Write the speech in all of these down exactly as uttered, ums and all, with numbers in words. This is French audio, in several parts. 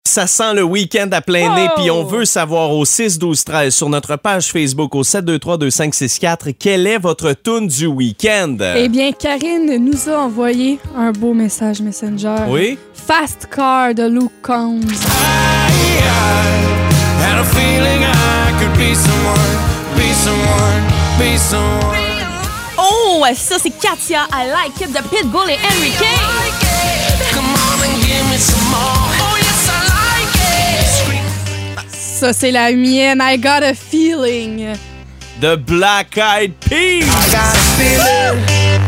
Ça sent le week-end à plein nez, Oh! puis on veut savoir au six douze treize sur notre page Facebook au sept deux trois deux cinq six quatre quelle est votre tune du week-end? Eh bien, Karine nous a envoyé un beau message Messenger. Oui? Fast Car de Luke Combs. Oh, ça, c'est Katia. I like it de Pitbull et Henry K. Ça, c'est la mienne. I got a feeling. The Black Eyed Peas! I got a feeling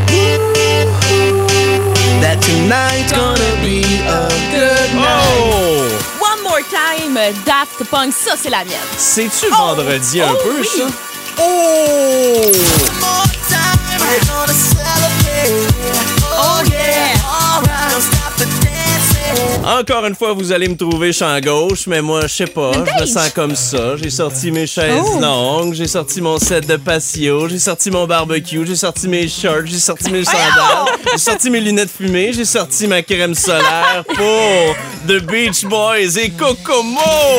that tonight's gonna be a good night. Oh! One more time, Daft Punk. Ça, c'est la mienne. C'est-tu vendredi un Oh, peu, oui. ça? Oh! More time, we're gonna celebrate. Oh yeah, alright, don't stop the dancing. Encore une fois, vous allez me trouver champ gauche, mais moi, je sais pas, je me sens comme ça. J'ai sorti mes chaises Oh. longues, j'ai sorti mon set de patio, j'ai sorti mon barbecue, j'ai sorti mes shorts, j'ai sorti mes sandales, j'ai sorti mes lunettes fumées, j'ai sorti ma crème solaire pour The Beach Boys et Kokomo!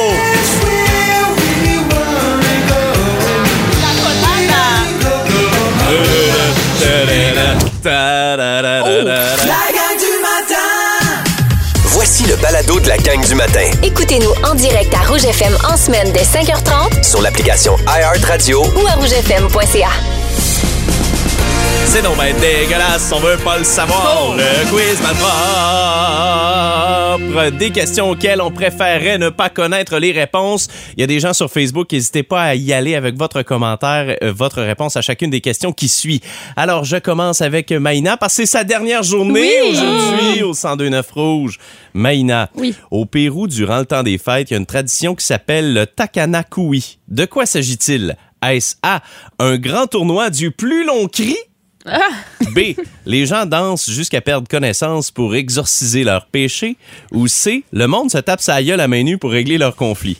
La gang du matin. Voici le balado de la gang du matin Écoutez-nous en direct à Rouge F M en semaine dès cinq heures trente sur l'application iHeartRadio ou à rouge f m point c a. C'est donc ben dégueulasse, on veut pas le savoir. Le quiz malpropre. Des questions auxquelles on préférerait ne pas connaître les réponses. Il y a des gens sur Facebook, n'hésitez pas à y aller avec votre commentaire, euh, votre réponse à chacune des questions qui suit. Alors, je commence avec Maïna, parce que c'est sa dernière journée Oui. aujourd'hui au cent deux neuf Rouge. Maïna, Oui. au Pérou, durant le temps des fêtes, il y a une tradition qui s'appelle le Takanakui. De quoi s'agit-il? Est-ce A, un grand tournoi du plus long cri? B, les gens dansent jusqu'à perdre connaissance pour exorciser leurs péchés? Ou C, le monde se tape sa gueule à main nue pour régler leurs conflits?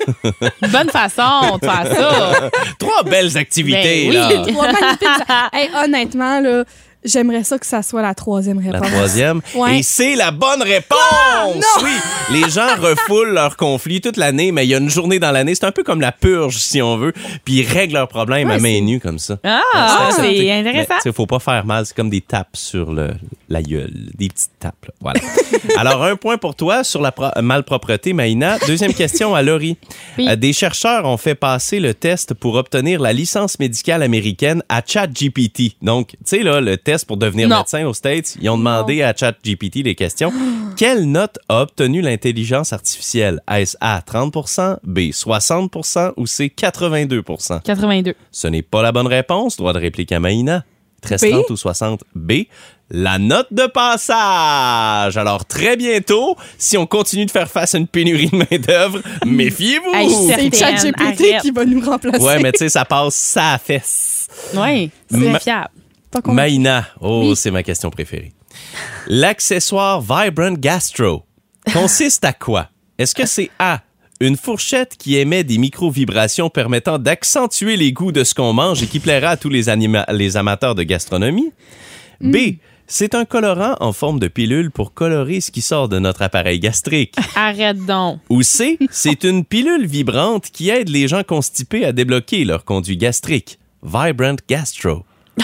Bonne façon de faire ça. Trois belles activités, Ben oui. là. Trois magnifiques. Hey, honnêtement, là, j'aimerais ça que ça soit la troisième La réponse. troisième. Ouais. Et c'est la bonne réponse! Oui! Les gens refoulent leurs conflits toute l'année, mais il y a une journée dans l'année. C'est un peu comme la purge, si on veut. Puis ils règlent leurs problèmes Ouais, à main c'est- nue, comme ça. Ah, C'est c'est intéressant. Il faut pas faire mal. C'est comme des tapes sur le, la gueule. Des petites tapes. Là. Voilà. Alors, un point pour toi sur la pro- malpropreté, Maïna. Deuxième question à Laurie. Oui. Euh, des chercheurs ont fait passer le test pour obtenir la licence médicale américaine à ChatGPT. Donc, tu sais, là, le test pour devenir Non. médecin aux States, ils ont demandé à ChatGPT les questions. Quelle note a obtenu l'intelligence artificielle? Est-ce A, trente pour cent, B, soixante pour cent ou C, quatre-vingt-deux pour cent? quatre-vingt-deux. Ce n'est pas la bonne réponse. Droit de réplique à Maïna. treize, B. trente ou soixante? B. La note de passage. Alors, très bientôt, si on continue de faire face à une pénurie de main-d'œuvre, méfiez-vous. Hey, C'est Certaine, ChatGPT arrête. qui va nous remplacer. Ouais, mais tu sais, ça passe ça fesse. Oui, c'est Ma- fiable. Pas convaincu. Maïna. Oh, c'est ma question préférée. L'accessoire Vibrant Gastro consiste à quoi? Est-ce que c'est A, une fourchette qui émet des micro-vibrations permettant d'accentuer les goûts de ce qu'on mange et qui plaira à tous les, anima- les amateurs de gastronomie? B, c'est un colorant en forme de pilule pour colorer ce qui sort de notre appareil gastrique. Arrête donc. Ou C, c'est une pilule vibrante qui aide les gens constipés à débloquer leur conduit gastrique. Vibrant Gastro.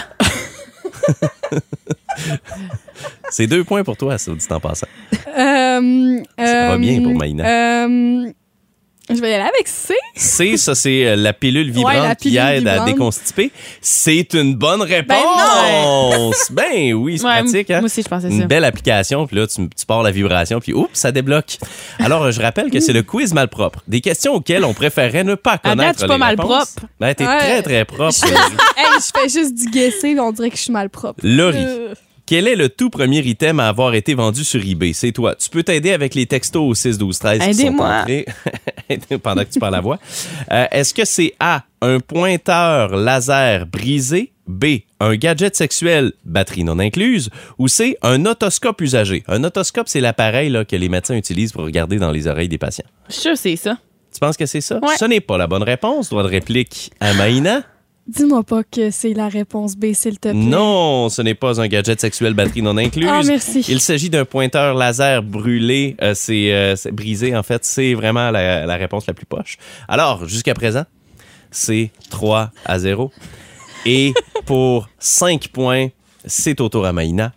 C'est deux points pour toi, ça, dit en passant. Euh, Ça va euh, bien pour Maïna. euh, je vais y aller avec C. C, ça, c'est euh, la pilule vibrante Ouais, la qui pilule aide à vibrante. déconstiper. C'est une bonne réponse! non! Ben, oui, c'est Ouais, pratique. Hein? moi aussi, je pensais Une ça. belle application, puis là, tu, tu pars la vibration, puis oups, ça débloque. Alors, euh, je rappelle que c'est le quiz malpropre. Des questions auxquelles on préférait ne pas À date, connaître je suis pas les malpropre. réponses. Ben, t'es Ouais. très, très propre. Je fais, hey, je fais juste du guesser, on dirait que je suis malpropre. Laurie. Euh, Quel est le tout premier item à avoir été vendu sur eBay? C'est toi. Tu peux t'aider avec les textos au six douze treize qui sont Aidez-moi. entrés pendant que tu parles à voix. Euh, est-ce que c'est A, un pointeur laser brisé, B, un gadget sexuel, batterie non incluse, ou C, un otoscope usagé? Un otoscope, c'est l'appareil là, que les médecins utilisent pour regarder dans les oreilles des patients. Je suis sûre que c'est ça. Tu penses que c'est ça? Ouais. Ce n'est pas la bonne réponse. Droit de réplique à Maïna. Dis-moi pas que c'est la réponse B, s'il te plaît. Non, ce n'est pas un gadget sexuel batterie non incluse. Ah, merci. Il s'agit d'un pointeur laser brûlé. Euh, c'est, euh, c'est brisé, en fait. C'est vraiment la, la réponse la plus poche. Alors, jusqu'à présent, c'est trois à zéro. Et pour cinq points, c'est au tour à Maïna.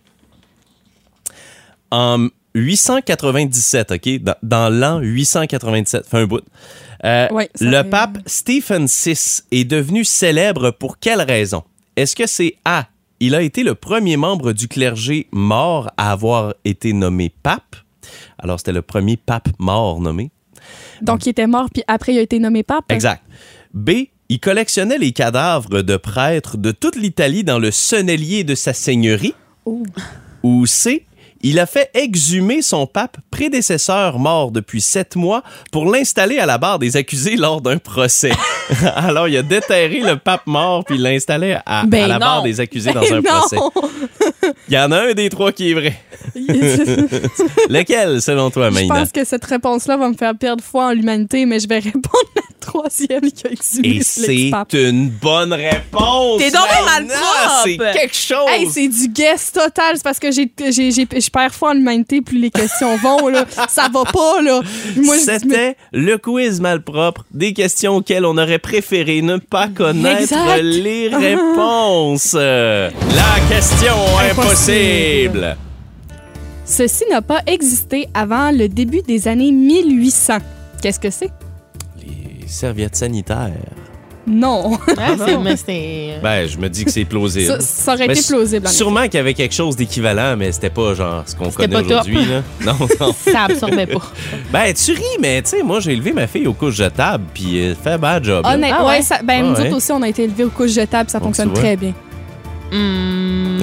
En huit cent quatre-vingt-dix-sept, OK? Dans, dans l'an huit cent quatre-vingt-dix-sept, fait un bout. Euh, Ouais, ça le fait- pape Stephen six est devenu célèbre pour quelle raison? Est-ce que c'est A, il a été le premier membre du clergé mort à avoir été nommé pape? Alors, c'était le premier pape mort nommé. Donc, il était mort, puis après, il a été nommé pape. Exact. B, il collectionnait les cadavres de prêtres de toute l'Italie dans le sonnelier de sa seigneurie. Oh. Ou C, il a fait exhumer son pape prédécesseur mort depuis sept mois pour l'installer à la barre des accusés lors d'un procès. Alors, il a déterré le pape mort puis il l'a installé à, Ben à la non. barre des accusés dans Ben un non. procès. Il y en a un des trois qui est vrai. Lequel, selon toi, Je Maïna? pense que cette réponse-là va me faire perdre foi en l'humanité, mais je vais répondre la troisième qui a exhumé Et l'ex-pape. c'est une bonne réponse! T'es donc mal Maïna! propre! C'est quelque chose! Hey, c'est du guess total. C'est parce que j'ai, j'ai, j'ai, je perds foi en l'humanité, plus les questions vont, là. Ça va pas, là. Moi, je- C'était le quiz malpropre, des questions auxquelles on aurait préféré ne pas connaître Exact. les réponses. La question impossible. Ceci n'a pas existé avant le début des années mille huit cents. Qu'est-ce que c'est? Les serviettes sanitaires. Non. Ouais, c'est, mais c'est... Ben, je me dis que c'est plausible. Ça, ça aurait Mais été su- plausible. en Sûrement qu'il y avait quelque chose d'équivalent, mais c'était pas genre ce qu'on C'était connaît pas top. aujourd'hui. Là. Non, non. Ça absorbait pas. Ben, tu ris, mais tu sais, moi, j'ai élevé ma fille aux couches jetables, puis elle fait bad job. là. Honnêtement, Ah ouais? ouais, ça- ben, Ah nous ouais. autres aussi, on a été élevés aux couches jetables, ça Bon, fonctionne tu vois. très bien. Hum...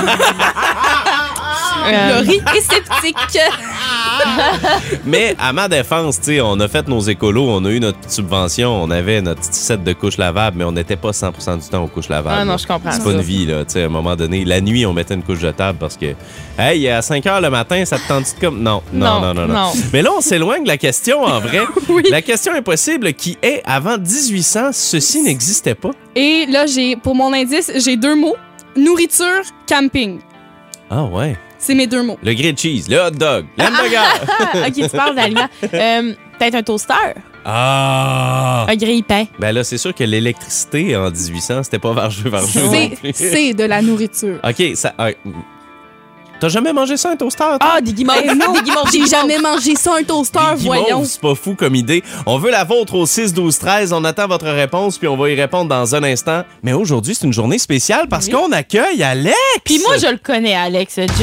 Euh, Laurie est sceptique. Mais à ma défense, tu sais, on a fait nos écolos, on a eu notre petite subvention, on avait notre petit set de couches lavables, mais on n'était pas cent pour cent du temps aux couches lavables. Ah non, là. je comprends C'est ça. pas une vie, là. Tu sais, à un moment donné, la nuit, on mettait une couche jetable parce que, hey, à cinq heures le matin, ça te tente de comme. Non, non, non, non, non. Non. Mais là, on s'éloigne de la question en vrai. Oui. La question impossible qui est avant dix-huit cents, ceci n'existait pas. Et là, j'ai, pour mon indice, j'ai deux mots. Nourriture, camping. Ah ouais. C'est mes deux mots. Le grilled cheese, le hot dog, l'hamburger. OK, tu parles d'aliments. Euh, peut-être un toaster, Ah! un grille-pain. Ben là, c'est sûr que l'électricité en dix-huit cents, c'était pas vargeux, vargeux. non C'est, plus. c'est de la nourriture. OK, ça. ah, T'as jamais mangé ça, un toaster? toi? Ah, des guimauves. Eh non, des guimauves, des j'ai guimauves. jamais mangé ça, un toaster, Des guimauves, voyons. c'est pas fou comme idée. On veut la vôtre au six douze treize. On attend votre réponse, puis on va y répondre dans un instant. Mais aujourd'hui, c'est une journée spéciale parce Oui. qu'on accueille Alex. Puis moi, je le connais, Alex. Jay.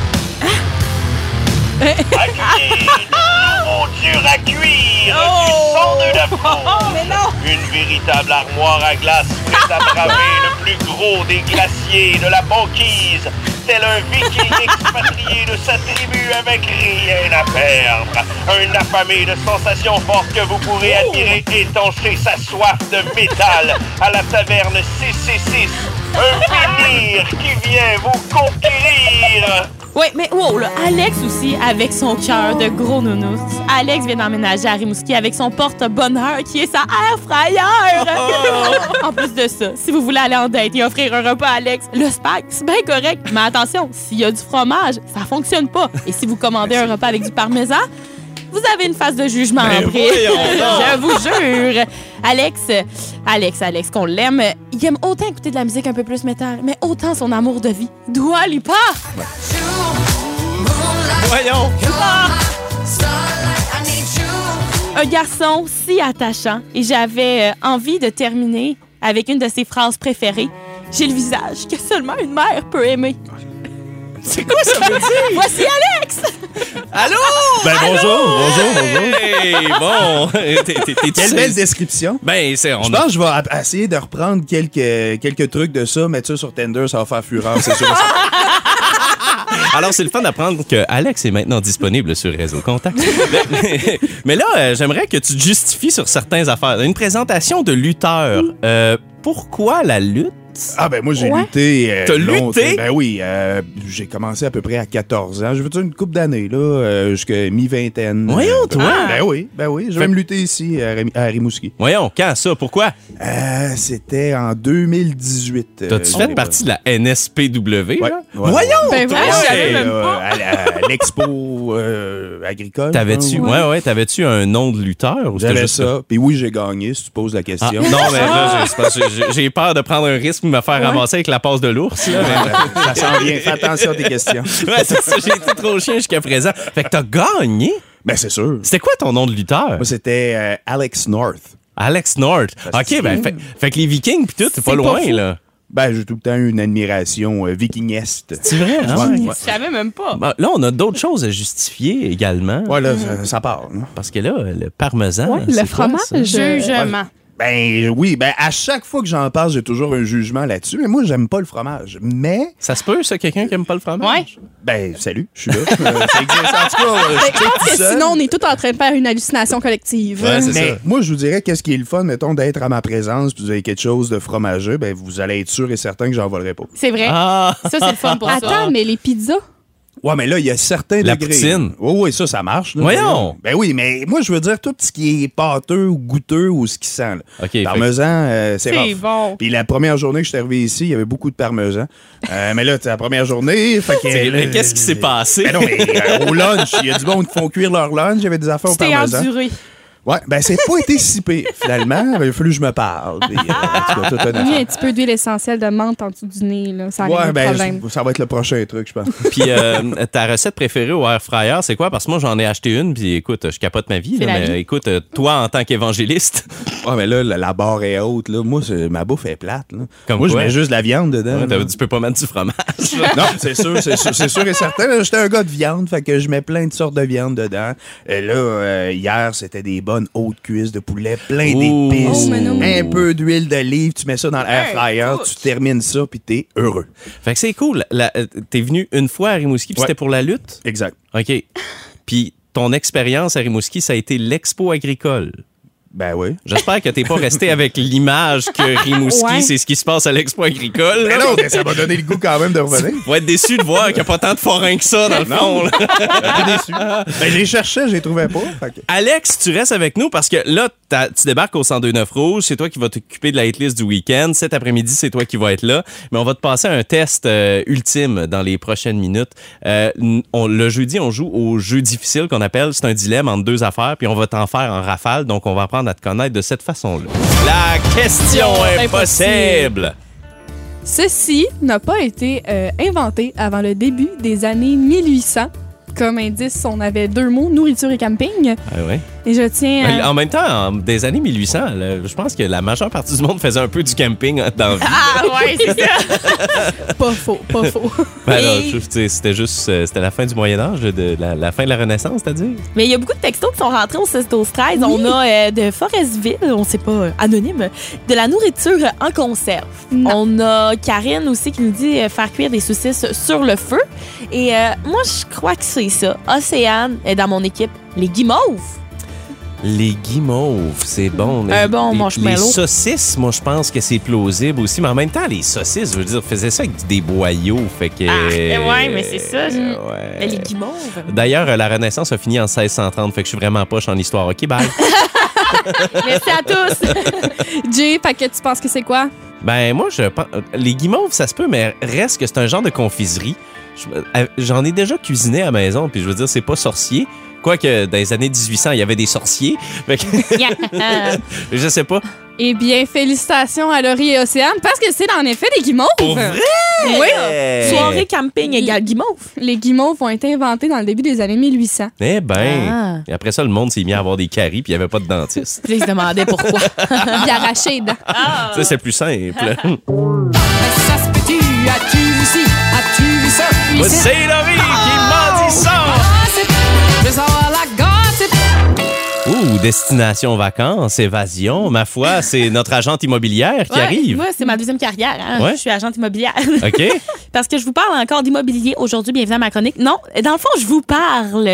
Nouveau dur à cuire, du cent deux de four. Mais non! Une véritable armoire à glace prête à braver le plus gros des glaciers de la banquise. Tel un viking expatrié de sa tribu avec rien à perdre. Un affamé de sensations fortes que vous pourrez admirer étancher sa soif de métal à la taverne six six six. Un menhir qui vient vous conquérir. Oui, mais wow, là, Alex aussi, avec son cœur de gros nounours. Alex vient d'emménager à Rimouski avec son porte-bonheur qui est sa air fryer. En plus de ça, si vous voulez aller en date et offrir un repas à Alex, le spag, c'est bien correct. Mais attention, s'il y a du fromage, ça fonctionne pas. Et si vous commandez un repas avec du parmesan, vous avez une phase de jugement Ben après. voyons donc. Je vous jure. Alex, Alex, Alex, qu'on l'aime, il aime autant écouter de la musique un peu plus métal, mais autant son amour de vie. Dua Lipa. Voyons. Un garçon si attachant et j'avais euh, envie de terminer avec une de ses phrases préférées. J'ai le visage que seulement une mère peut aimer. C'est quoi ça veut dire? Voici Alex! Allô? Ben bonjour, bonjour, bonjour. Hey, bon. T'es- t'es- t'es- Quelle belle description. Ben, c'est. On Je a- pense que je vais ap- essayer de reprendre quelques, quelques trucs de ça, mettre ça sur Tinder, ça va faire fureur, c'est sûr. Alors, c'est le fun d'apprendre que Alex est maintenant disponible sur Réseau Contact. mais, mais là, euh, j'aimerais que tu te justifies sur certaines affaires. Une présentation de lutteur. Euh, pourquoi la lutte Ah ben moi j'ai Ouais. lutté. euh, T'as longtemps. lutté? Ben oui, euh, j'ai commencé à peu près à quatorze ans. J'ai fait une couple d'années là, euh, jusqu'à mi-vingtaine. Voyons, toi. Ah. Ben oui, ben oui. J'ai Fait- même lutté ici à, Rim- à Rimouski. Voyons, quand ça? Pourquoi? Euh, C'était en deux mille dix-huit. euh, T'as-tu fait j'ai- partie de la N S P W? Ouais. là? Ouais. Voyons! Ben toi! voilà, je savais Ouais, même là, pas. à, la- à l'expo euh, agricole. T'avais-tu, hein, ouais, ouais, t'avais-tu un nom de lutteur? Ou c'était J'avais juste ça. Puis oui, j'ai gagné, si tu poses la Ah, question. non, mais là, j'ai- c'est parce que j'ai- j'ai peur de prendre un risque et me faire ramasser avec la passe de l'ours. Là, mais- Ça s'en vient. Fais attention à tes questions. Ouais, c'est ça, j'ai été trop chien jusqu'à présent. Fait que t'as gagné? Ben c'est sûr. C'était quoi ton nom de lutteur? Moi, c'était euh, Alex North. Alex North. OK, ben, fait, fait que les Vikings pis tout, t'es pas C'est loin, pas fou. là. Ben, j'ai tout le temps eu une admiration euh, vikingesque. C'est vrai, hein? Ouais, Ouais. ouais. Je savais même pas. Ben, là, on a d'autres choses à justifier également. Ouais, là, ça, ça part. hein. Parce que là, le parmesan. Ouais, c'est le quoi, fromage. ça? Jugement. Ben oui, ben à chaque fois que j'en parle, j'ai toujours un jugement là-dessus. Mais moi, j'aime pas le fromage. Mais, Ça se peut, ça, quelqu'un qui aime pas le fromage? Ouais. ben, salut, je suis là. Euh, ça existe. En tout cas, euh, je suis Je pense tout que seul. sinon, on est tous en train de faire une hallucination collective. Ouais, c'est Mais ça. moi, je vous dirais, qu'est-ce qui est le fun, mettons, d'être à ma présence, puis vous avez quelque chose de fromageux, ben vous allez être sûr et certain que j'en volerai pas. C'est vrai. Ah! Ça, c'est le fun pour ça. Attends, mais les pizzas? Ouais, mais là, il y a certains La degrés. poutine. Oui, oui, ça, ça marche. là. Voyons. Ben oui, mais moi, je veux dire tout ce qui est pâteux ou goûteux ou ce qui sent. Là. OK, fait- Parmesan, euh, c'est C'est rough. bon. Puis la première journée que je suis arrivé ici, il y avait beaucoup de parmesan. Euh, mais là, c'est la première journée. Fait que, C'est- mais euh, Qu'est-ce qui s'est passé? Ben non, mais euh, au lunch, il y a du monde qui font cuire leur lunch. Il y avait des affaires au Tu t'es parmesan. enduré. Ouais, ben c'est pas été si pire, finalement. Il a fallu que je me parle. Puis, euh, en tout cas, toute une Il y a affaire. un petit peu d'huile essentielle de menthe en dessous du nez. Là. Ça arrive Ouais, le ben, problème. je- ça va être le prochain truc, je pense. Puis euh, ta recette préférée au air fryer, c'est quoi? Parce que moi, j'en ai acheté une, puis écoute, je capote ma vie. C'est là, la mais vie. écoute, euh, toi, en tant qu'évangéliste, Ouais, mais là, la, la barre est haute. Là. Moi, c'est- ma bouffe est plate. Là. Comme Moi, quoi? je mets juste de la viande dedans. ouais, là. t'as- tu peux pas mettre du fromage. Non, c'est sûr, c'est sûr, c'est sûr et certain. Là, j'étais un gars de viande, fait que je mets plein de sortes de viande dedans. Et là, euh, hier, c'était des bonnes hautes cuisses de poulet, plein Ouh. d'épices, Oh, mais non. un peu d'huile d'olive, tu mets ça dans l'air fryer, tu termines ça, puis t'es heureux. Fait que c'est cool. La- euh, T'es venu une fois à Rimouski, puis Ouais. c'était pour la lutte? Exact. OK. Puis ton expérience à Rimouski, ça a été l'expo agricole. Ben oui. J'espère que t'es pas resté avec l'image que Rimouski, Ouais. c'est ce qui se passe à l'expo agricole. Mais là. non, mais ça m'a donné le goût quand même de revenir. Faut être déçu de voir qu'il n'y a pas tant de forains que ça, dans le fond. là. Un peu déçu. Ben, je les cherchais, je les trouvais pas. Fait que- Alex, tu restes avec nous parce que là, t'as- tu débarques au cent deux neuf Rouge. C'est toi qui vas t'occuper de la hitlist du week-end. Cet après-midi, c'est toi qui vas être là. Mais on va te passer un test euh, ultime dans les prochaines minutes. Euh, n- on- le jeudi, on joue au jeu difficile qu'on appelle. C'est un dilemme entre deux affaires, puis on va t'en faire en rafale. Donc, on va apprendre à te connaître de cette façon-là. La question impossible! Ceci n'a pas été euh, inventé avant le début des années mille huit cents. Comme indice, on avait deux mots, nourriture et camping. Ah ouais. Et je tiens à... Mais En même temps, en des années mille huit cents, là, je pense que la majeure partie du monde faisait un peu du camping hein, dans la vie. Ah, ouais, c'est ça. Pas faux, pas faux. Ben non, Et- je- tu sais, c'était juste euh, c'était la fin du Moyen Âge, de, de la, la fin de la Renaissance, c'est-à-dire. Mais il y a beaucoup de textos qui sont rentrés au seize douze treize. On a euh, de Forestville, on sait pas, euh, anonyme, de la nourriture en conserve. Non. On a Karine aussi qui nous dit euh, faire cuire des saucisses sur le feu. Et euh, moi, je crois que c'est ça. Océane est dans mon équipe. Les guimauves. Les guimauves, c'est bon. Un bon les, marshmallow. Les saucisses, moi, je pense que c'est plausible aussi. Mais en même temps, les saucisses, je veux dire, faisaient ça avec des boyaux. Fait que. Ah, ouais, mais c'est ça. je- Ouais. Mais les guimauves. D'ailleurs, euh, la Renaissance a fini en seize cent trente. Fait que je suis vraiment poche en histoire. OK, bye. Merci à tous. Jay, fait que tu penses que c'est quoi? Ben, moi, je pense. Les guimauves, ça se peut, mais reste que c'est un genre de confiserie. Je- euh, J'en ai déjà cuisiné à la maison, puis je veux dire, c'est pas sorcier. Quoique, dans les années dix-huit cents, il y avait des sorciers. Fait que, je sais pas. Eh bien, félicitations à Laurie et Océane, parce que c'est en effet des guimauves. Pour vrai? Oui. Soirée camping égale guimauve. Les guimauves ont été inventés dans le début des années mille huit cents. Eh ben. Ah. Et après ça, le monde s'est mis à avoir des caries, puis il n'y avait pas de dentiste. Puis là, ils se demandaient pourquoi. Puis arraché les dents. Ça, c'est plus simple. Ça se peut-tu, as-tu vu ci, as-tu vu ça? Moi, c'est Laurie qui m'a dit ça! Je sors à la gossip. Ouh, destination vacances, évasion. Ma foi, c'est notre agente immobilière qui Ouais, arrive. Moi, c'est ma deuxième carrière. Hein. Ouais. Je suis agente immobilière. OK? Parce que je vous parle encore d'immobilier aujourd'hui. Bienvenue à ma chronique. Non, dans le fond, je vous parle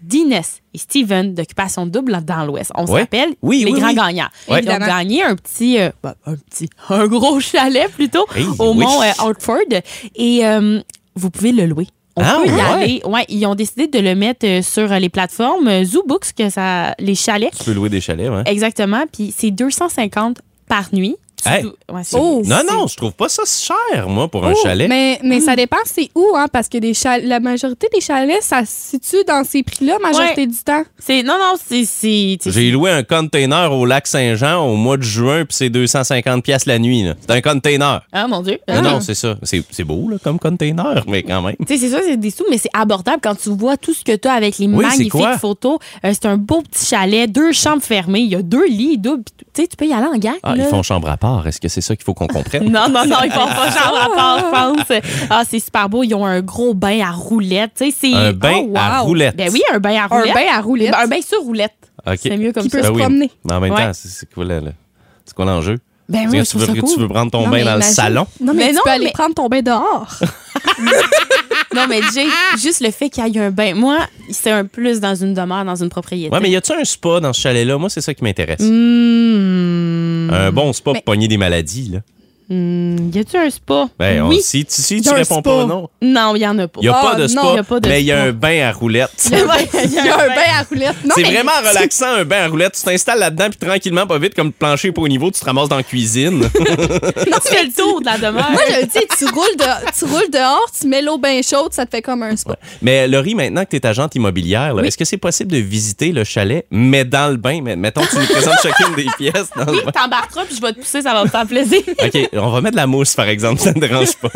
d'Inès et Steven d'Occupation Double dans l'Ouest. On Ouais. s'appelle Oui, les oui, grands oui. gagnants. Ouais. Ils ont gagné un petit, euh, ben, un petit, un gros chalet plutôt Hey, au oui. mont euh, Hartford et euh, vous pouvez le louer. On Ah, peut y ouais. aller. Ouais, ils ont décidé de le mettre euh, sur euh, les plateformes euh, ZooBooks, que ça, les chalets. Tu peux louer des chalets, ouais. Exactement. Puis c'est deux cent cinquante par nuit. Hey. Ouais, c'est- Oh. Non, c'est- non, je trouve pas ça cher, moi, pour un Oh, chalet. Mais, mais ça dépend c'est où, hein, parce que des chal- la majorité des chalets, ça se situe dans ces prix-là, majorité Ouais. du temps. C'est non non c'est c'est c'est- J'ai loué un container au lac Saint-Jean au mois de juin, puis c'est deux cent cinquante piastres la nuit. là. C'est un container. Ah mon Dieu. Non, non, c'est ça. C'est c'est beau, là, comme container, mais quand même. Tu sais, c'est ça, c'est des sous, mais c'est abordable quand tu vois tout ce que tu as avec les Oui, c'est magnifiques quoi? photos. Euh, c'est un beau petit chalet, deux chambres fermées, il y a deux lits doubles. Tu sais, tu peux y aller en gang. Ah, là. ils font chambre à part. Est-ce que c'est ça qu'il faut qu'on comprenne? Non, non, non, ils font pas chambre à part, je pense. Ah, c'est super beau. Ils ont un gros bain à roulettes. Tu sais, c'est. Un bain Oh, à wow. roulettes. Ben oui, un bain à Un roulettes. bain à roulettes. Ben, un bain sur roulette. OK. C'est mieux comme Qui ça. peut se Ben oui, promener. mais en même Ouais. temps, c'est c'est quoi, là, là? C'est quoi l'enjeu? Ben C'est oui, que je tu, trouve veux, ça cool. tu veux prendre ton Non, bain mais dans le imagine- salon? Non, mais, Mais tu non, peux aller mais- prendre ton bain dehors. Non, mais Jay, juste le fait qu'il y ait un bain, moi, c'est un plus dans une demeure, dans une propriété. Ouais, mais y a-tu un spa dans ce chalet-là? Moi, c'est ça qui m'intéresse. Mmh. Un bon spa Mais- pour pogner des maladies, là. Mmh, y a-tu un spa? Ben, on- oui. si, tu- si Y tu a un réponds spa. pas, non. Non, il y en a pas. Il n'y a Ah, pas de non, spa, y a pas de mais il y a spa. un bain à roulettes. Il y a un bain à roulettes. Non, C'est mais- vraiment relaxant, un bain à roulettes. Tu t'installes là-dedans, puis tranquillement, pas vite, comme le plancher est pas au niveau, tu te ramasses dans la cuisine. Non, tu fais le tour de la demeure. Moi, je le dis, tu roules, de- tu roules dehors, tu mets l'eau bien chaude, ça te fait comme un spa. Mais Laurie, maintenant que tu es agente immobilière, là, Oui. est-ce que c'est possible de visiter le chalet, mais dans le bain? Mais, mettons, tu nous présentes chacune des pièces dans Oui, le bain. t'embarqueras, puis je vais te pousser, ça va me faire plaisir. OK, on va mettre de la mousse, par exemple, ça ne dérange pas.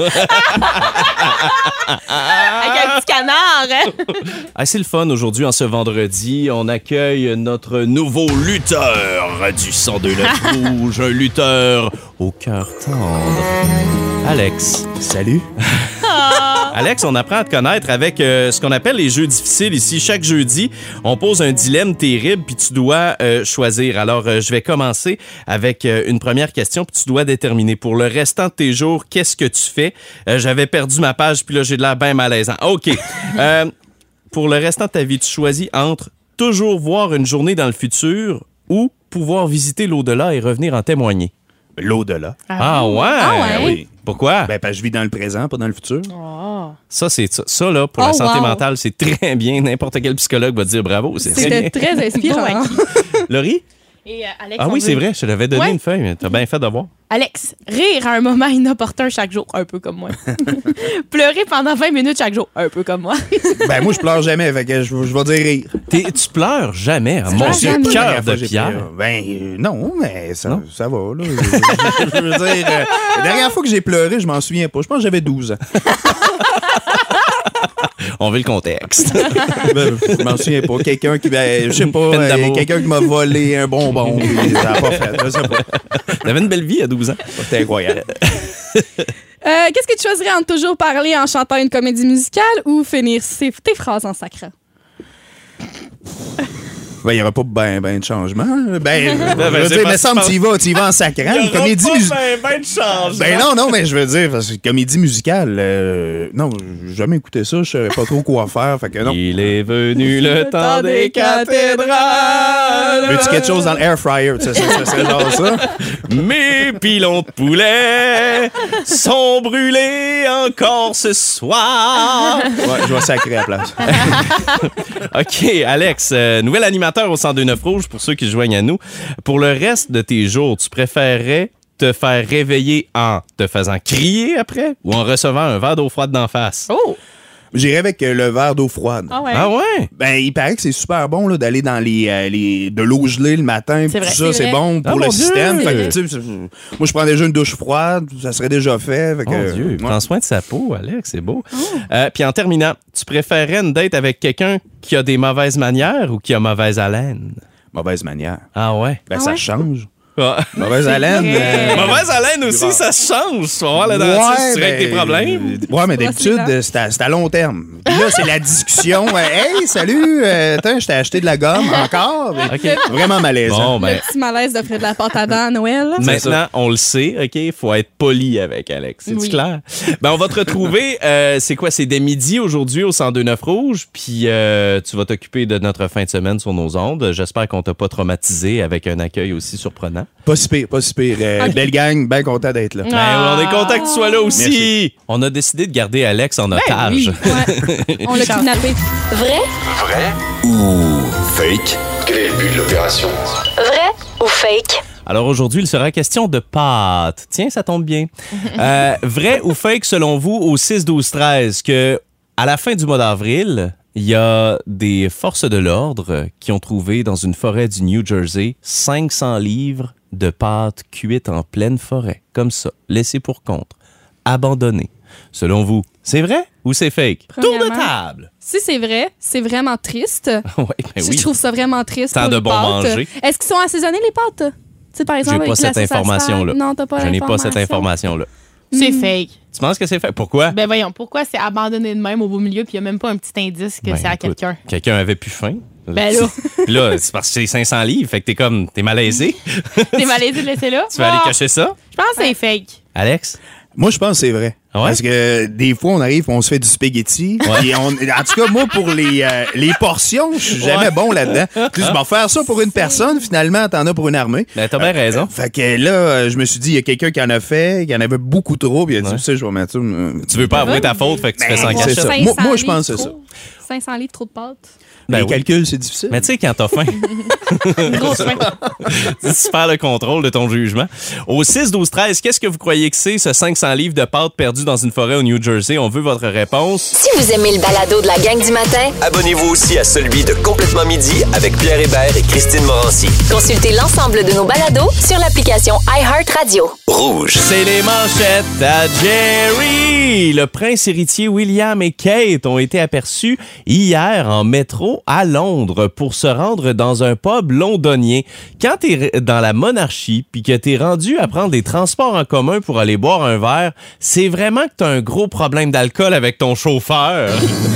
Avec un petit canard. hein. Ah, c'est le fun aujourd'hui, en ce vendredi. On accueille notre nouveau lutteur du cent deux neuf Rouge, un lutteur au cœur tendre. Alex. Salut. Alex, on apprend à te connaître avec euh, ce qu'on appelle les jeux difficiles ici. Chaque jeudi, on pose un dilemme terrible, puis tu dois euh, choisir. Alors, euh, je vais commencer avec euh, une première question, puis tu dois déterminer pour le restant de tes jours, qu'est-ce que tu fais? Euh, J'avais perdu ma page, puis là, j'ai de l'air bien malaisant. OK. Euh, pour le restant de ta vie, tu choisis entre toujours voir une journée dans le futur ou pouvoir visiter l'au-delà et revenir en témoigner. L'au-delà. Ah, ouais? Ah ouais? Ben oui. Pourquoi? Ben, parce que je vis dans le présent, pas dans le futur. Oh. Ça, c'est ça. Ça, là, pour la Oh, santé wow. mentale, c'est très bien. N'importe quel psychologue va te dire bravo. C'est très bien. C'était très inspirant. Bon, Laurie? Et euh, Alex, Ah on oui, veut- c'est vrai. Je te l'avais donné Ouais. une feuille, mais t'as bien fait de voir. Alex, rire à un moment inopportun chaque jour, un peu comme moi. Pleurer pendant vingt minutes chaque jour, un peu comme moi. Ben, moi, je pleure jamais, fait que je, je vais dire rire. T'es- tu pleures jamais. Ah, mon pleures Dieu, jamais. cœur La dernière fois, de j'ai pierre. pleuré. Ben, euh, non, mais ça, Non? ça va, là. Je, je- je veux dire, euh, la dernière fois que j'ai pleuré, je m'en souviens pas. Je pense que j'avais douze ans. On veut le contexte. Ben, je m'en souviens pas. Quelqu'un qui, ben, je sais pas, Peine euh, d'amour. quelqu'un qui m'a volé un bonbon, puis ça a pas fait. Je sais pas. T'avais une belle vie à douze ans. C'était incroyable. Euh, Qu'est-ce que tu choisirais entre toujours parler en chantant une comédie musicale ou finir ses- tes phrases en sacrant? Ben, il n'y aura pas ben, ben de changement. Ben, ben, je veux c'est dire, pas- mais semble que tu y vas, tu y vas en sacrant. Une comédie musicale. ben de changement. Ben non, non, mais je veux dire, parce que comédie musicale, euh, non, j'ai jamais écouté ça, je savais pas trop quoi faire, fait que non. Il est venu le temps des cathédrales. Veux-tu quelque chose dans l'air fryer? Ça, ça, ça serait genre ça? Mes pilons de poulet sont brûlés encore ce soir. Ouais, je vais sacrer à la place. OK, Alex, euh, nouvel animateur au cent deux neuf Rouge pour ceux qui se joignent à nous. Pour le reste de tes jours, tu préférerais te faire réveiller en te faisant crier après ou en recevant un verre d'eau froide d'en face? Oh! J'irais avec euh, le verre d'eau froide. Ah ouais. Ah ouais? Ben, il paraît que c'est super bon là, d'aller dans les, euh, les de l'eau gelée le matin. C'est Tout vrai. ça, C'est c'est vrai. bon pour Ah, le mon Dieu! système. Fait que, tu sais, c'est- moi, je prends déjà une douche froide. Ça serait déjà fait. Fait que, Mon Dieu, il ouais. prend soin de sa peau, Alex, c'est beau. Euh, Puis en terminant, tu préférerais une date avec quelqu'un qui a des mauvaises manières ou qui a mauvaise haleine? Mauvaise manière. Ah ouais? Ben, Ah ça ouais? change. Ouais. Mauvaise haleine. euh, Mauvaise haleine aussi, grave. ça se change. Tu vas voir le dentiste, tu règles tes ben, problèmes. euh, Ouais, mais Tu d'habitude, brosses les euh, c'est à, c'est à long terme. Puis là, c'est la discussion. euh, hey, salut, euh, attends, je t'ai acheté de la gomme encore. Mais OK. Vraiment malaisant. Bon, ben, Le petit malaise d'offrir de la pâte à dents à Noël. là. maintenant, on le sait, OK? Il faut être poli avec Alex. C'est-tu Oui. clair? Ben, on va te retrouver, euh, c'est quoi? C'est dès midi aujourd'hui au cent deux neuf Rouge, puis euh, tu vas t'occuper de notre fin de semaine sur nos ondes. J'espère qu'on t'a pas traumatisé avec un accueil aussi surprenant. Pas si pire, pas si pire. Euh, Belle gang, bien content d'être là. Ben, Ah. on est content que tu sois là aussi. Merci. On a décidé de garder Alex en otage. oui. Ouais. On l'a kidnappé. Vrai? Vrai ou fake? Quel est le but de l'opération? Vrai ou fake? Alors aujourd'hui, il sera question de pâtes. Tiens, ça tombe bien. Euh, vrai ou fake selon vous au six douze treize que à la fin du mois d'avril, il y a des forces de l'ordre qui ont trouvé dans une forêt du New Jersey cinq cents livres de pâtes cuites en pleine forêt, comme ça, laissées pour compte, abandonnées. Selon vous, c'est vrai ou c'est fake? Tour de Premièrement, table! Si c'est vrai, c'est vraiment triste. Oui, ben Je oui. trouve ça vraiment triste. Tant pour de les bon pâtes. manger. Est-ce qu'ils sont assaisonnés, les pâtes? Tu sais, par exemple, J'ai pas avec cette la sauce à information-là. spag. Non, t'as pas Je n'ai pas cette l'information. information-là. C'est Mm. fake. Tu penses que c'est fake? Pourquoi? Ben voyons, pourquoi c'est abandonné de même au beau milieu puis il n'y a même pas un petit indice que Ben, c'est à écoute, quelqu'un? Quelqu'un avait plus faim. Ben là. Puis là, c'est parce que c'est cinq cents livres, fait que t'es comme, t'es malaisé. T'es malaisé de laisser là? Tu vas aller Ah, cacher ça? Je pense que c'est fake. Alex? Moi, je pense que c'est vrai. Ah ouais? Parce que des fois, on arrive, on se fait du spaghetti. Ouais. Et on, en tout cas, moi, pour les, euh, les portions, je suis jamais Ouais. bon là-dedans. Puis je vais faire ça pour une personne, finalement, t'en as pour une armée. Ben, t'as bien raison. Fait que là, euh, je me suis dit, il y a quelqu'un qui en a fait, qui en avait beaucoup trop, puis il a dit, Ouais. tu sais, je vais mettre ça. euh, Tu veux pas avouer ta faute, fait que tu fais sans Ben, cacher c'est ça. ça. cinq cents Moi- moi, je livres pense que c'est trop. cinq cents livres trop de pâtes. Ben les oui. calculs, c'est difficile. Mais tu sais, quand t'as faim, Grosse fin. tu perds le contrôle de ton jugement. Au six douze treize, qu'est-ce que vous croyez que c'est, ce cinq cents livres de pâtes perdues dans une forêt au New Jersey? On veut votre réponse. Si vous aimez le balado de la gang du matin, Abonnez-vous aussi à celui de Complètement Midi avec Pierre Hébert et Christine Morancy. consultez l'ensemble de nos balados sur l'application iHeartRadio. Rouge. C'est les manchettes à Jerry! Le prince héritier William et Kate ont été aperçus hier en métro à Londres pour se rendre dans un pub londonien. Quand t'es dans la monarchie puis que t'es rendu à prendre des transports en commun pour aller boire un verre, c'est vraiment que t'as un gros problème d'alcool avec ton chauffeur.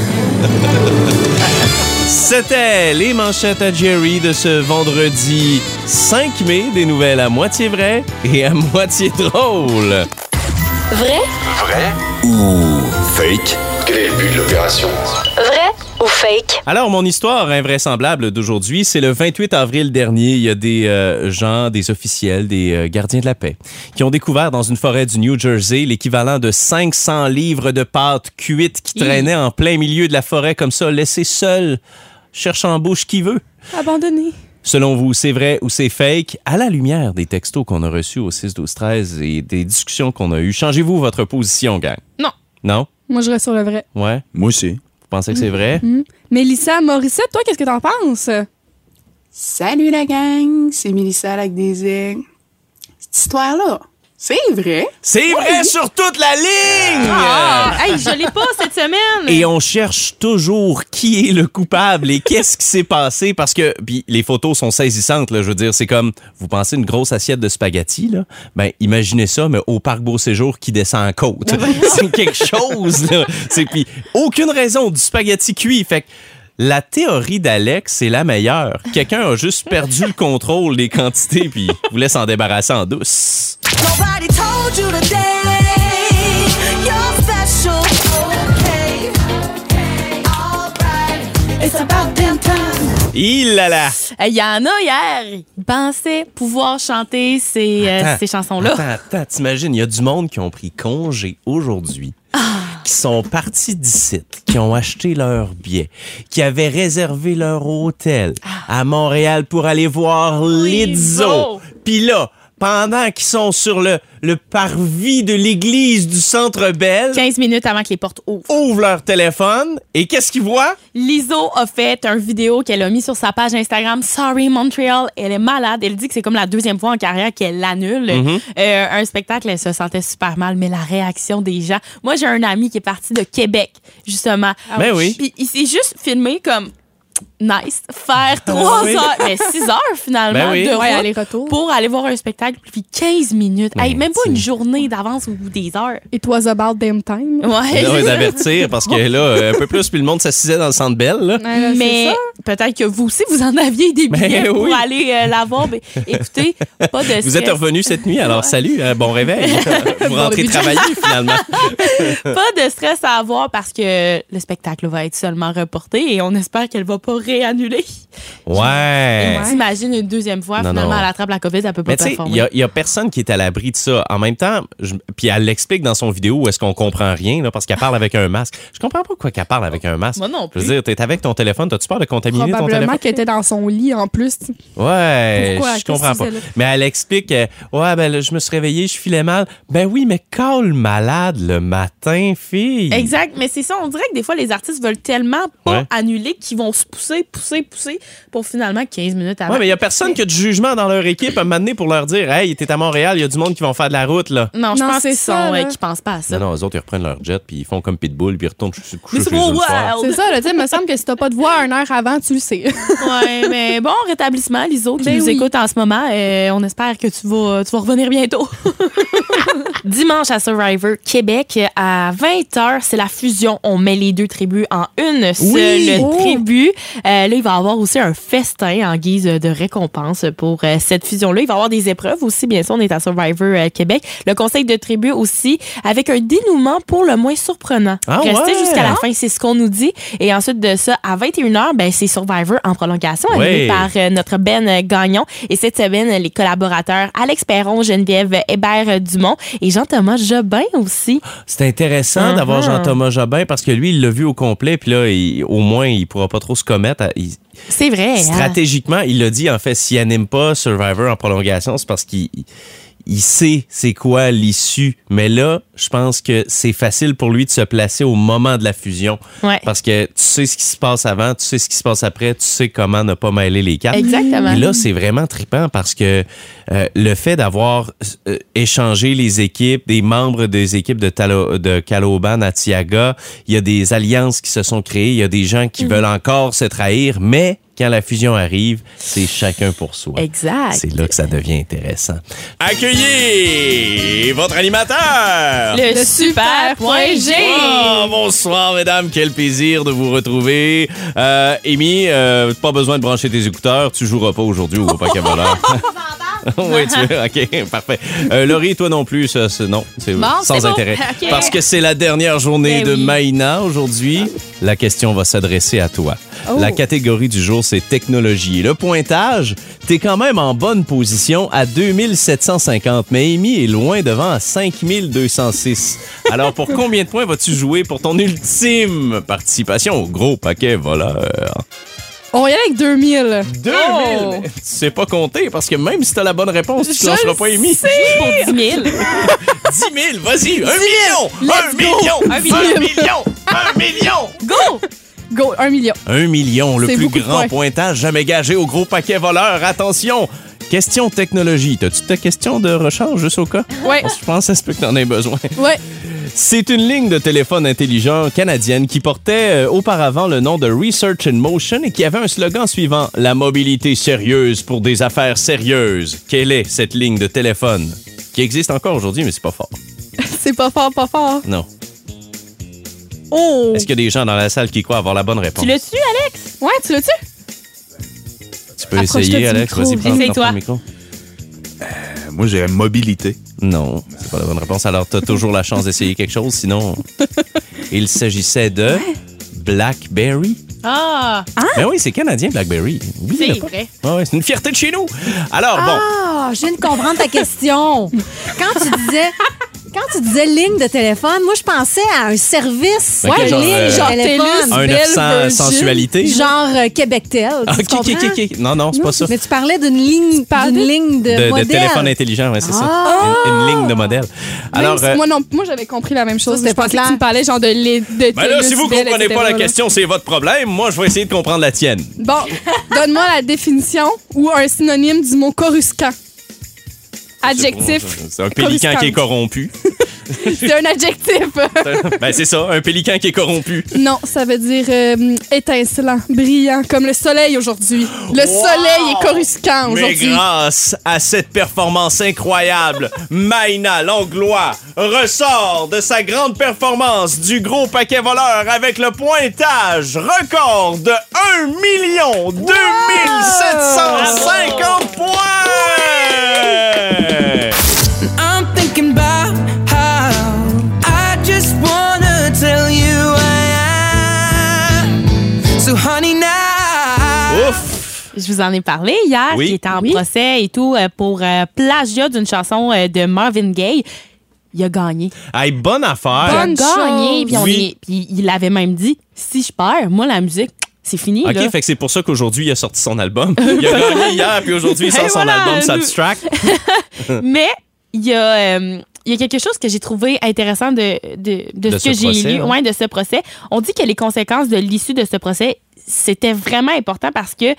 C'était les manchettes à Jerry de ce vendredi cinq mai, des nouvelles à moitié vraies et à moitié drôles. Vrai? Vrai ou fake? Quel est le but de l'opération? Vrai ou fake? Alors, mon histoire invraisemblable d'aujourd'hui, c'est le vingt-huit avril dernier. Il y a des euh, gens, des officiels, des euh, gardiens de la paix qui ont découvert dans une forêt du New Jersey l'équivalent de cinq cents livres de pâtes cuites qui traînaient en plein milieu de la forêt comme ça, laissées seules, cherche en bouche qui veut. Abandonné. Selon vous, c'est vrai ou c'est fake? À la lumière des textos qu'on a reçus au six douze treize et des discussions qu'on a eues, changez-vous votre position, gang? Non. Non? Moi, je reste sur le vrai. Ouais? Moi aussi. Vous pensez que c'est vrai? Mélissa Morissette, toi, qu'est-ce que t'en penses? Salut la gang, c'est Mélissa avec des aigles. Cette histoire-là, c'est vrai. C'est vrai sur toute la ligne! Ah, hey, je l'ai pas cette semaine. Et on cherche toujours qui est le coupable et qu'est-ce qui s'est passé parce que puis les photos sont saisissantes là, je veux dire, c'est comme vous pensez une grosse assiette de spaghettis là, ben imaginez ça mais au parc Beau Séjour qui descend en côte. C'est quelque chose là, c'est puis aucune raison du spaghetti cuit, fait que la théorie d'Alex, c'est la meilleure. Quelqu'un a juste perdu le contrôle des quantités puis voulait s'en débarrasser en douce. Nobody told you today you're special. Okay, alright, it's about damn time. Il là là. Il y en a hier, ils pensaient pouvoir chanter ces, euh, Attends, ces chansons-là. Attends, attends, t'imagines, il y a du monde qui ont pris congé aujourd'hui, qui sont partis d'ici, qui ont acheté leur billet, qui avaient réservé leur hôtel à Montréal pour aller voir Lizzo. Puis là, pendant qu'ils sont sur le, le parvis de l'église du Centre Bell, quinze minutes avant que les portes ouvrent. ouvrent leur téléphone et qu'est-ce qu'ils voient? Lizzo a fait une vidéo qu'elle a mis sur sa page Instagram Sorry Montreal. Elle est malade. Elle dit que c'est comme la deuxième fois en carrière qu'elle l'annule. Mm-hmm. Euh, un spectacle, elle se sentait super mal, mais la réaction des gens. Moi, j'ai un ami qui est parti de Québec, justement. Ben oui. Puis il s'est juste filmé comme nice, faire trois oui. heures, mais six heures finalement Ben oui. de route Ouais, aller-retour. pour aller voir un spectacle, puis quinze minutes. Mais Hey, même pas tu- une journée d'avance ou des heures. It was about damn time. Ouais. Là, d'avertir, parce que là, un peu plus, puis le monde s'assisait dans le Centre Bell. Là. Ouais, là, c'est Mais ça. peut-être que vous aussi, vous en aviez des billets Ben pour oui. aller euh, la voir. Mais écoutez, pas de stress. Vous êtes revenu cette nuit, alors salut, euh, bon réveil. Vous rentrez début de travailler finalement. Pas de stress à avoir parce que le spectacle va être seulement reporté et on espère qu'elle va pas réannuler. Ouais. T'imagines une deuxième fois, Non, finalement, non. elle attrape la COVID, elle peut pas Mais tu sais, il performer. y a, y a personne qui est à l'abri de ça. En même temps, je- puis elle l'explique dans son vidéo où est-ce qu'on comprend rien, là, parce qu'elle parle avec un masque. Je comprends pas pourquoi qu'elle parle avec un masque. Moi non Je plus. veux dire, t'es avec ton téléphone, t'as-tu peur de contaminer ton Probablement téléphone? qu'elle était dans son lit en plus. Ouais, Pourquoi? je comprends Qu'est-ce pas. que c'est, là? Mais elle explique, euh, ouais, ben là, je me suis réveillée, je filais mal. Ben oui, mais call malade le matin, fille. Exact, mais c'est ça, on dirait que des fois, les artistes veulent tellement pas Ouais. annuler qu'ils vont se pousser, pousser, pousser pour finalement quinze minutes avant. Ouais, mais il y a personne qui a du jugement dans leur équipe à m'amener pour leur dire, hey, t'es à Montréal, il y a du monde qui vont faire de la route, là. Non, je Non, pense c'est qu'ils ça, sont, là. euh, qu'ils pensent pas à ça. Non, non, eux autres, ils reprennent leur jet, puis ils font comme Pitbull, puis ils retournent se coucher Mais chez c'est eux pas le soir. wild. C'est ça, là, tu sais, il me semble que si t'as pas de voix une heure avant, tu le sais. Ouais, mais bon, rétablissement, Liso, qui Ben nous oui. écoute en ce moment. Euh, on espère que tu vas, tu vas revenir bientôt. Dimanche à Survivor Québec, à vingt heures, c'est la fusion. On met les deux tribus en une seule Oui. Oh. tribu. Euh, là, il va y avoir aussi un festin en guise de récompense pour euh, cette fusion-là. Il va y avoir des épreuves aussi, bien sûr. On est à Survivor euh, Québec. Le conseil de tribu aussi, avec un dénouement pour le moins surprenant. Ah Restez ouais. jusqu'à la fin, c'est ce qu'on nous dit. Et ensuite de ça, à vingt et une heures, ben, c'est Survivor en prolongation, animé Oui. par euh, notre Ben euh, Gagnon. Et cette semaine, les collaborateurs Alex Perron, Geneviève Hébert-Dumont et Jean-Thomas Jobin aussi. C'est intéressant Uh-huh. d'avoir Jean-Thomas Jobin parce que lui, il l'a vu au complet, puis là, il- au moins, il pourra pas trop se commettre. à- il- C'est vrai. hein? stratégiquement, il l'a dit, en fait, s'il n'anime pas Survivor en prolongation, c'est parce qu'il il sait c'est quoi l'issue. Mais là, je pense que c'est facile pour lui de se placer au moment de la fusion. Ouais. Parce que tu sais ce qui se passe avant, tu sais ce qui se passe après, tu sais comment ne pas mêler les cartes. Exactement. Et là, c'est vraiment trippant parce que euh, le fait d'avoir euh, échangé les équipes, des membres des équipes de, Talo, de Caloban à Tiaga, il y a des alliances qui se sont créées, il y a des gens qui veulent encore se trahir, mais quand la fusion arrive, c'est chacun pour soi. Exact. C'est là que ça devient intéressant. Accueillez votre animateur! Le, Le super point G. Oh, bonsoir, mesdames. Quel plaisir de vous retrouver. Euh, Amy, euh, pas besoin de brancher tes écouteurs. Tu joueras pas aujourd'hui au Paquet Voleur. Oui, tu veux. OK, parfait. Euh, Laurie, toi non plus, ça, c'est- non, c'est Bon, sans c'est bon. intérêt. OK. Parce que c'est la dernière journée Ben de oui. Maïna aujourd'hui. La question va s'adresser à toi. Oh. La catégorie du jour, c'est technologie. Le pointage, t'es quand même en bonne position à deux mille sept cent cinquante, mais Amy est loin devant à cinq mille deux cent six. Alors, pour combien de points vas-tu jouer pour ton ultime participation au gros paquet voleur? On va y aller avec deux mille. deux mille! Tu sais pas compter, parce que même si t'as la bonne réponse, tu Je ne le pas Amy. Juste pour dix mille. dix mille, vas-y! Un million! Un million! Un Un million. million! Un million! Go! Go, un million. Un million, le C'est plus beaucoup de grand points. pointage jamais gagé au gros paquet voleur. Attention! Question technologie. T'as-tu ta question de rechange juste au cas? Ouais. Parce que je pense que ça se peut que t'en aies besoin. Ouais. C'est une ligne de téléphone intelligent canadienne qui portait euh, auparavant le nom de Research in Motion et qui avait un slogan suivant « La mobilité sérieuse pour des affaires sérieuses ». Quelle est cette ligne de téléphone? Qui existe encore aujourd'hui, mais c'est pas fort. C'est pas fort, pas fort. Non. Oh. Est-ce qu'il y a des gens dans la salle qui croient avoir la bonne réponse? Tu l'as su, Alex? Ouais, tu l'as-tu? Tu peux Approche-toi essayer, du Alex. micro, Vas-y, prends, essaye-toi. prends le micro. Euh, moi, j'ai mobilité. Non, c'est pas la bonne réponse. Alors, t'as toujours la chance d'essayer quelque chose. Sinon, il s'agissait de Blackberry. Ah! Ben oui, c'est canadien, Blackberry. Oubliez-le C'est pas. vrai. Ouais, ouais, c'est une fierté de chez nous. Alors, bon. Ah, je viens de comprendre ta question. Quand tu disais... Quand tu disais ligne de téléphone, moi, je pensais à un service Ok, de genre, ligne euh, de genre téléphone. Télus. Un Belle neuf cents Virgin. sensualité. Genre euh, Québectel. Ah, tu ok, comprends? ok, ok. Non, non, c'est pas ça. Mais tu parlais d'une ligne, parlais d'une ligne de, De, de modèle. téléphone intelligent, ouais, c'est ça. Ah! Une, une ligne de modèle. Alors, Même si- euh, moi, non, moi, j'avais compris la même chose. Ça, c'était Je pas pensais clair. que tu me parlais genre de lait, de ben là, Télus, si vous Belle, comprenez et pas la cetera, là. question, c'est votre problème. Moi, je vais essayer de comprendre la tienne. Bon, donne-moi la définition ou un synonyme du mot coruscant. Adjectif. C'est un pélican coruscant. qui est corrompu. C'est un adjectif. Ben, c'est ça, un pélican qui est corrompu. Non, ça veut dire euh, étincelant, brillant, comme le soleil aujourd'hui. Le Wow! soleil est coruscant Mais aujourd'hui. grâce à cette performance incroyable, Maïna Langlois ressort de sa grande performance du gros paquet voleur avec le pointage record de un million deux mille sept cent cinquante points! I'm thinking about how I just wanna tell you I am. So honey now. Ouf! Je vous en ai parlé hier, Oui. qui était en Oui. procès et tout euh, pour euh, plagiat d'une chanson euh, de Marvin Gaye. Il a gagné. Hey, bonne affaire! Il a Bonne gagné. chose. Puis, on Oui. est- puis il avait même dit, si je perds, moi, la musique, c'est fini. OK, là. fait que c'est pour ça qu'aujourd'hui, il a sorti son album. Il a gagné hier, puis aujourd'hui, il sort Et son voilà. album Substract. Mais il y a... euh, il y a quelque chose que j'ai trouvé intéressant de, de, de, De ce que ce j'ai procès, lu, hein. ouais, de ce procès. On dit que les conséquences de l'issue de ce procès, c'était vraiment important parce que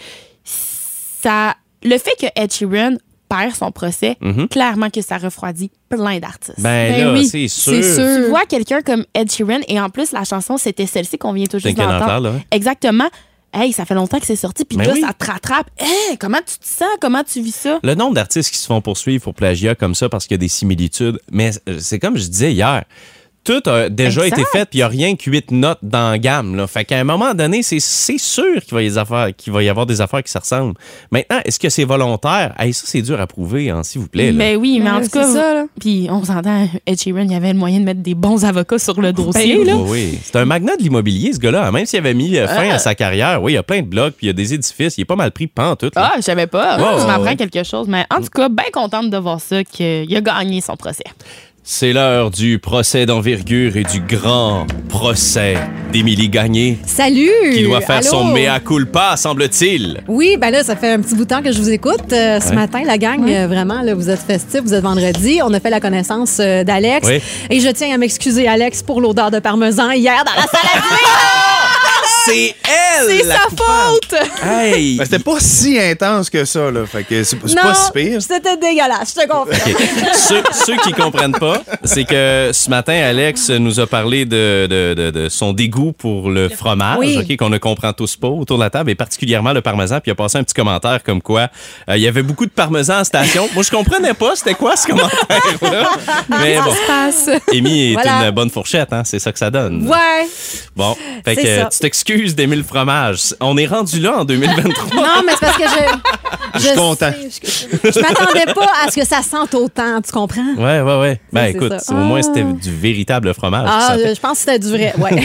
ça, le fait que Ed Sheeran perd son procès, Mhm. clairement que ça refroidit plein d'artistes. Ben, Ben là, oui, c'est sûr. c'est sûr. Tu vois quelqu'un comme Ed Sheeran et en plus, la chanson, c'était celle-ci qu'on vient tout juste Think and d'entendre. Parle, là. Exactement. Hey, ça fait longtemps que c'est sorti, puis Ben là, oui. ça te rattrape. Hey, comment tu te sens? Comment tu vis ça? Le nombre d'artistes qui se font poursuivre pour plagiat comme ça parce qu'il y a des similitudes, mais c'est comme je disais hier, tout a déjà Exact. été fait, puis il n'y a rien que huit notes dans la gamme. Là. Fait qu'à un moment donné, c'est, c'est sûr qu'il va, y avoir des affaires, qu'il va y avoir des affaires qui se ressemblent. Maintenant, est-ce que c'est volontaire? Hey, ça, c'est dur à prouver, hein, s'il vous plaît. Là. Mais oui, mais en Ouais, tout cas, c'est ça, là. puis on s'entend, Ed Sheeran, il y avait le moyen de mettre des bons avocats sur le dossier. Ben là. Oui, oui. C'est un magnat de l'immobilier, ce gars-là. Même s'il avait mis euh, fin à sa carrière, oui, il y a plein de blocs, puis il y a des édifices. Il est pas mal pris pantoute. là. Ah, je savais pas. Ouais, tu ouais, m'apprends ouais. quelque chose. Mais en tout cas, bien contente de voir ça, qu'il a gagné son procès. C'est l'heure du procès d'envergure et du grand procès d'Émilie Gagné, Salut! qui doit faire Allô? son mea culpa, semble-t-il. Oui, ben là, ça fait un petit bout de temps que je vous écoute. Euh, ce Ouais. matin, la gang, euh, vraiment, là, vous êtes festifs, vous êtes vendredi. On a fait la connaissance euh, d'Alex. Oui. Et je tiens à m'excuser, Alex, pour l'odeur de parmesan hier dans la salle à dîner. C'est elle! C'est la sa coupable. faute! Hey! Ben, c'était pas si intense que ça, là. Fait que c'est c'est Non, pas si pire. c'était dégueulasse, je te confirme. OK. ceux, ceux qui comprennent pas, c'est que ce matin, Alex nous a parlé de, de, de, de son dégoût pour le fromage, Oui. OK, qu'on ne comprend tous pas autour de la table, et particulièrement le parmesan. Puis il a passé un petit commentaire comme quoi euh, il y avait beaucoup de parmesan en station. Moi, je comprenais pas c'était quoi ce commentaire-là. Mais bon, Passe. Amy est Voilà. une bonne fourchette, hein, c'est ça que ça donne. Ouais. Bon, fait C'est que ça. tu t'excuses d'aimer le fromage. On est rendu là en deux mille vingt-trois. Non, mais c'est parce que je. Je suis content. sais, Je, je m'attendais pas à ce que ça sente autant, tu comprends? Ouais, ouais, ouais. Ben c'est écoute, ça. au moins c'était Ah. du véritable fromage. qui Ah, sentait. je pense que c'était du vrai, ouais.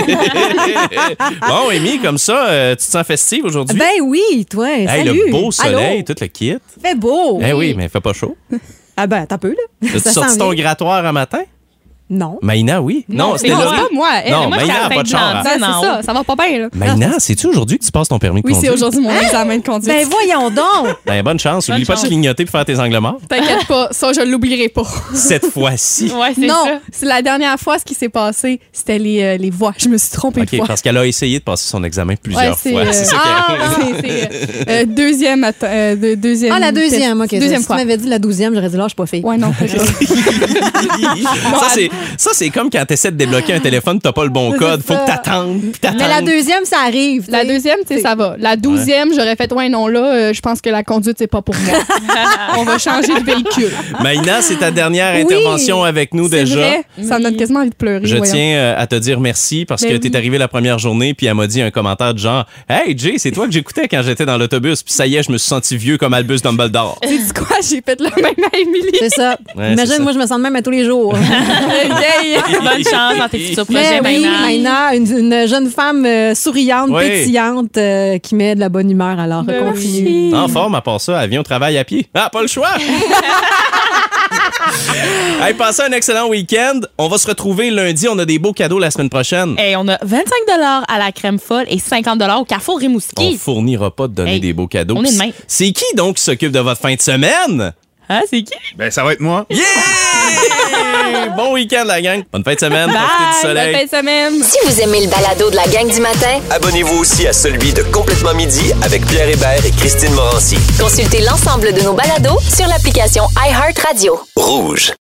Bon, Amy, comme ça, euh, tu te sens festive aujourd'hui? Ben oui, toi, Hey, salut. le beau soleil, Allô? tout le kit. Fait beau. Eh oui, mais il fait pas chaud. Ah ben, t'as peu, là. As-tu Ça sorti s'en ton vient. grattoir un matin? Non. Maïna, oui. Non, c'était non, Laurie. c'est pas moi. Elle, Non, moi, Maïna j'étais à a pas de char. hein. Ben, c'est ça, ça va pas bien, là. Maïna, c'est-tu aujourd'hui que tu passes ton permis de Oui, c'est conduire? aujourd'hui mon examen de conduite. Ben voyons donc. Ben, bonne chance. Bonne Oublie pas de chance. clignoter pour faire tes angles morts. T'inquiète pas, ça, je l'oublierai pas. Cette fois-ci. Ouais, c'est Non, ça. c'est la dernière fois, ce qui s'est passé, c'était les, euh, les voix. Je me suis trompée de OK, voix. parce qu'elle a essayé de passer son examen plusieurs Ouais, c'est, fois. euh, C'est ça ah, qui arrive. c'est, c'est, euh, euh, deuxième, atte- euh, de- deuxième. Ah, la deuxième, OK. test. Deuxième si fois. tu m'avais dit la douzième, j'aurais dit là, je suis pas fille. Ouais, non, t'as raison. ça, c'est, ça, c'est comme quand tu essaies de débloquer un téléphone, t'as pas le bon C'est code. Faut ça. que t'attendes, puis t'attendes. Mais la deuxième, ça arrive. La tu sais. deuxième, tu sais, ça va. La douzième, j'aurais fait, ouais, non, là, euh, je pense que la conduite, c'est pas pour moi. On va changer de véhicule. Maïna, c'est ta dernière Oui, intervention avec nous C'est déjà. vrai, ça me donne quasiment envie de pleurer. Je voyons. tiens euh, à te dire merci parce Ben que oui. t'es arrivé la première journée puis elle m'a dit un commentaire de genre « Hey Jay, c'est toi que j'écoutais quand j'étais dans l'autobus puis ça y est, je me suis senti vieux comme Albus Dumbledore. » Sais-tu quoi? J'ai fait le même à Émilie. C'est ça. Ouais, c'est Imagine, ça. moi, je me sens de même à tous les jours. Yay! Bonne chance dans tes futurs Mais projets, oui, Maïna. Maïna, une, une jeune femme euh, souriante, Oui. pétillante, euh, qui met de la bonne humeur. Alors, Ben continue. En forme, à part ça, elle vient au travail à pied. Ah, pas le choix! Hey, passez un excellent week-end. On va se retrouver lundi. On a des beaux cadeaux la semaine prochaine. Hey, on a vingt-cinq à la crème folle et cinquante au Carrefour On Rimouski. fournira pas de donner Hey, des beaux cadeaux. on est de même. C'est qui donc qui s'occupe de votre fin de semaine? Hein, c'est qui? Ben, ça va être moi. Yeah! Bon week-end, la gang. Bonne fin de semaine. Profitez du Bye! soleil. Bonne fin de semaine! Si vous aimez le balado de la gang du matin, Abonnez-vous aussi à celui de Complètement Midi avec Pierre Hébert et Christine Morancy. consultez l'ensemble de nos balados sur l'application iHeartRadio. Rouge.